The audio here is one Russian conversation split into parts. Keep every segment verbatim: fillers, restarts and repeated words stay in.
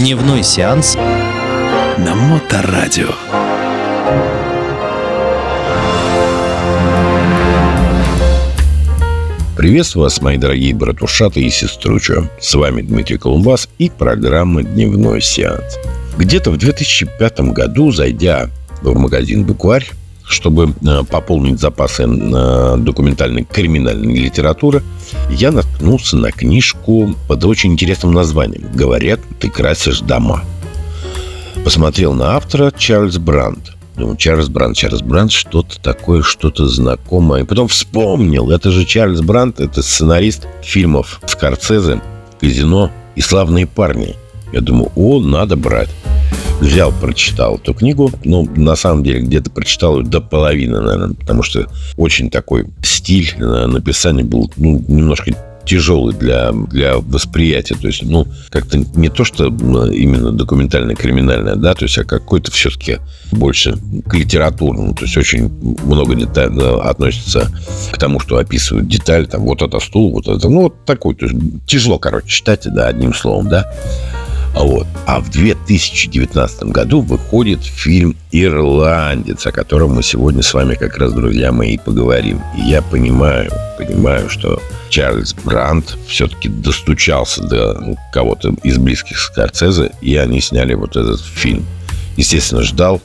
Дневной сеанс на Моторадио. Приветствую вас, мои дорогие братушаты и сеструча. С вами Дмитрий Колумбас и программа «Дневной сеанс». Где-то в две тысячи пятом году, зайдя в магазин «Букварь», чтобы пополнить запасы документальной криминальной литературы, я наткнулся на книжку под очень интересным названием «Говорят, ты красишь дома». Посмотрел на автора Чарльз Брандт. Думаю, Чарльз Брандт, Чарльз Брандт, что-то такое, что-то знакомое. И потом вспомнил, это же Чарльз Брандт, это сценарист фильмов Скорсезе, «Казино» и «Славные парни». Я думаю, о, надо брать. Взял, прочитал эту книгу. Ну, на самом деле, где-то прочитал ее до половины, наверное, потому что очень такой стиль написания был, ну, немножко тяжелый для, для восприятия. То есть, ну, как-то не то, что именно документально-криминальное, да, то есть, а какой-то все-таки больше к литературному. То есть, очень много деталей относится к тому, что описывают детали. Там, вот это стул, вот это. Ну, вот такой. То есть, тяжело, короче, читать, да, одним словом, да. Вот. А в две тысячи девятнадцатом году выходит фильм «Ирландец», о котором мы сегодня с вами как раз, друзья мои, поговорим. И я понимаю, понимаю, что Чарльз Брандт все-таки достучался до кого-то из близких Скорсезе, и они сняли вот этот фильм. Естественно, ждал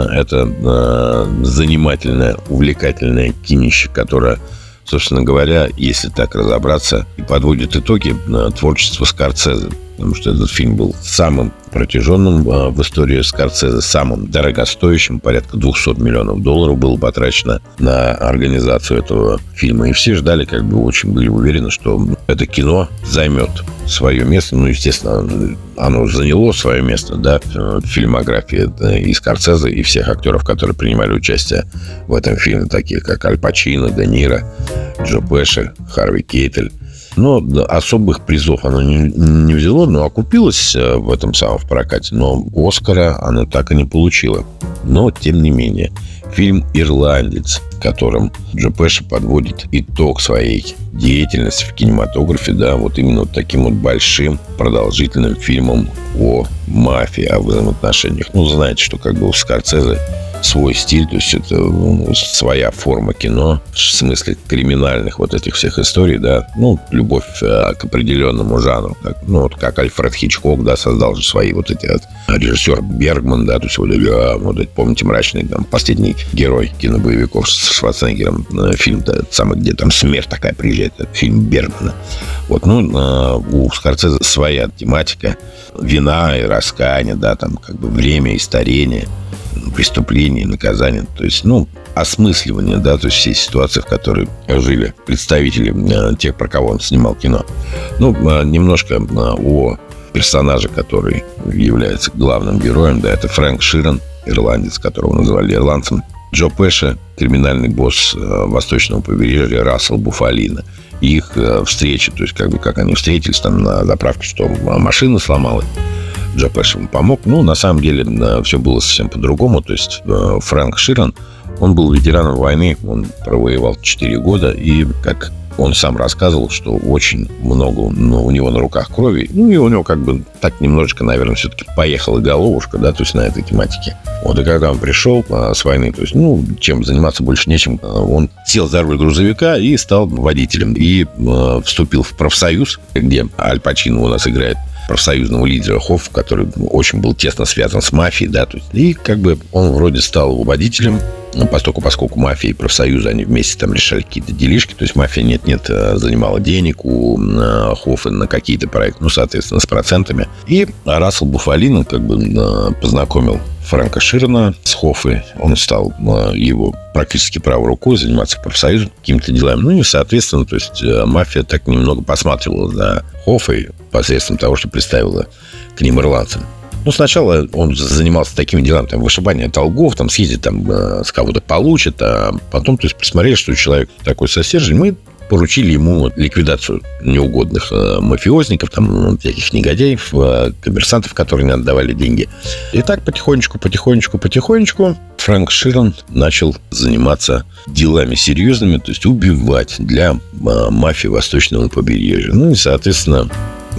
это занимательное, увлекательное кинище, которое, собственно говоря, если так разобраться, и подводит итоги творчества Скорсезе. Потому что этот фильм был самым протяженным в истории Скорсезе, самым дорогостоящим. Порядка двести миллионов долларов было потрачено на организацию этого фильма. И все ждали, как бы очень были уверены, что это кино займет свое место. Ну, естественно, оно заняло свое место, да, в фильмографии и Скорсезе, и всех актеров, которые принимали участие в этом фильме, таких как Аль Пачино, Де Ниро, Джо Пеши, Харви Кейтель. Но особых призов оно не, не взяло, но окупилось в этом самом в прокате. Но Оскара оно так и не получило. Но, тем не менее, фильм «Ирландец», в котором Джо Пеши подводит итог своей деятельности в кинематографе, да, вот именно вот таким вот большим, продолжительным фильмом о мафии, о взаимоотношениях. Ну, знаете, что как бы у Скорсезе свой стиль, то есть это, ну, своя форма кино, в смысле криминальных вот этих всех историй, да, ну, любовь э, к определенному жанру, как, ну, вот как Альфред Хичкок, да, создал же свои вот эти вот, режиссер Бергман, да, то есть вот, э, вот помните, мрачный, там, последний герой кинобоевиков с Шварценеггером, э, фильм, да, самый, где там смерть такая приезжает, это фильм Бергмана. Вот, ну, э, у Скорсезе своя тематика, вина и раскаяние, да, там, как бы время и старение, преступление, наказание, то есть, ну, осмысливание, да, то есть всей ситуации, в которой жили представители э, тех, про кого он снимал кино. Ну, э, немножко э, о персонаже, который является главным героем, да, это Фрэнк Ширан, ирландец, которого называли ирландцем, Джо Пеши, криминальный босс э, восточного побережья, Рассел Буфалино. Их э, встречи, то есть, как бы, как они встретились там на заправке, что машина сломалась, Джо Пеши ему помог. Ну, на самом деле, все было совсем по-другому. То есть Фрэнк Ширан, он был ветераном войны, он провоевал четыре года, и, как он сам рассказывал, что очень много, ну, у него на руках крови. Ну, и у него как бы так немножечко, наверное, все-таки поехала головушка, да, то есть на этой тематике. Вот, и когда он пришел а, с войны, то есть, ну, чем заниматься больше нечем, он сел за руль грузовика и стал водителем. И а, вступил в профсоюз, где Аль Пачино у нас играет профсоюзного лидера Хофф, который очень был тесно связан с мафией, да, то есть, и как бы он вроде стал водителем, поскольку, поскольку мафия и профсоюзы, они вместе там решали какие-то делишки, то есть мафия нет-нет занимала денег у Хоффа на какие-то проекты, ну, соответственно, с процентами. И Рассел Буфалино как бы познакомил Фрэнка Ширана с Хоффой. Он стал его практически правой рукой заниматься профсоюзом, какими-то делами. Ну и, соответственно, то есть мафия так немного посматривала за Хоффой посредством того, что представила к ним ирландцам. Ну, сначала он занимался такими делами, там, вышибание долгов, там, съездить, там, с кого-то получит, а потом, то есть, посмотрели, что человек такой со стержнем, мы поручили ему ликвидацию неугодных э, мафиозников, там, всяких негодяев, э, коммерсантов, которые не отдавали деньги. И так потихонечку, потихонечку, потихонечку Фрэнк Ширан начал заниматься делами серьезными, то есть убивать для э, мафии восточного побережья. Ну и, соответственно,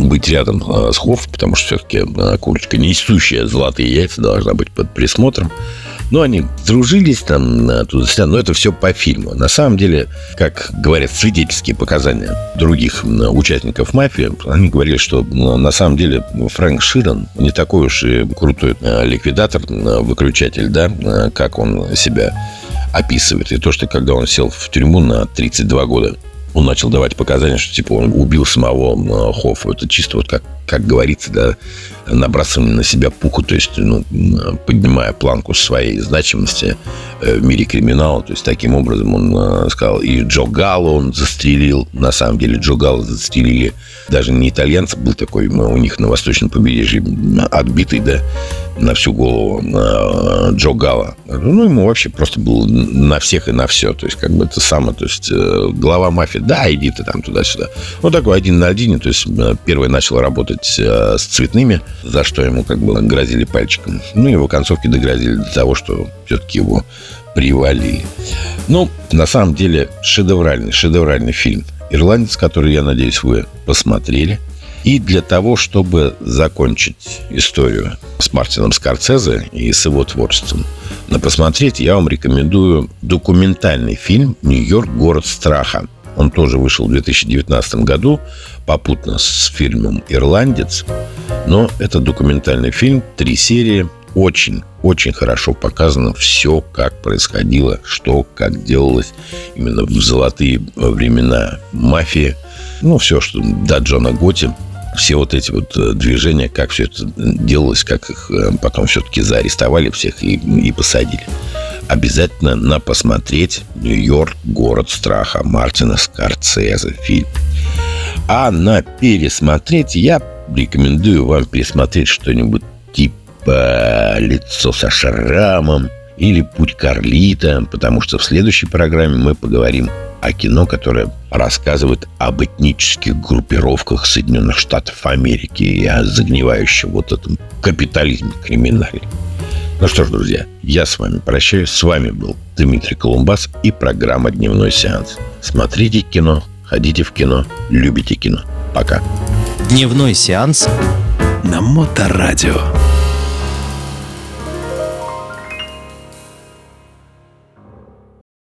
быть рядом с Хофф, потому что все-таки курочка, несущая золотые яйца, должна быть под присмотром. Ну, они дружились там, туда-сюда, но это все по фильму. На самом деле, как говорят свидетельские показания других участников мафии, они говорили, что на самом деле Фрэнк Ширан не такой уж и крутой ликвидатор, выключатель, да, как он себя описывает. И то, что когда он сел в тюрьму на тридцать два года, он начал давать показания, что типа он убил самого Хоффа. Это чисто вот как, как говорится, да, набрасывание на себя пуху, то есть, ну, поднимая планку своей значимости в мире криминала. То есть, таким образом он сказал, и Джо Галло он застрелил. На самом деле, Джо Галло застрелили даже не итальянцы, был такой у них на восточном побережье отбитый, да, на всю голову Джо Галло. Ну, ему вообще просто было на всех и на все. То есть, как бы это самое, то есть, глава мафии, да, иди ты там туда-сюда. Вот такой один на один. То есть, первый начал работать с цветными, за что ему как бы грозили пальчиком. Ну, его концовки догрозили до того, что все-таки его привалили. Ну, на самом деле, шедевральный, шедевральный фильм «Ирландец», который, я надеюсь, вы посмотрели. И для того, чтобы закончить историю с Мартином Скорсезе и с его творчеством, но посмотреть, я вам рекомендую документальный фильм «Нью-Йорк. Город страха». Он тоже вышел в две тысячи девятнадцатом году, попутно с фильмом «Ирландец». Но это документальный фильм, три серии. Очень, очень хорошо показано все, как происходило, что, как делалось именно в золотые времена мафии. Ну, все, что до Джона Готти. Все вот эти вот движения, как все это делалось, как их потом все-таки заарестовали всех и, и посадили. Обязательно на посмотреть «Нью-Йорк. Город страха» Мартина Скорсезе фильм. А на пересмотреть я рекомендую вам пересмотреть что-нибудь типа «Лицо со шрамом» или «Путь Карлита», потому что в следующей программе мы поговорим о кино, которое рассказывает об этнических группировках Соединенных Штатов Америки и о загнивающем вот этом капитализме криминальном. Ну что ж, друзья, я с вами прощаюсь. С вами был Дмитрий Колумбас и программа «Дневной сеанс». Смотрите кино, ходите в кино, любите кино. Пока. Дневной сеанс на Моторадио.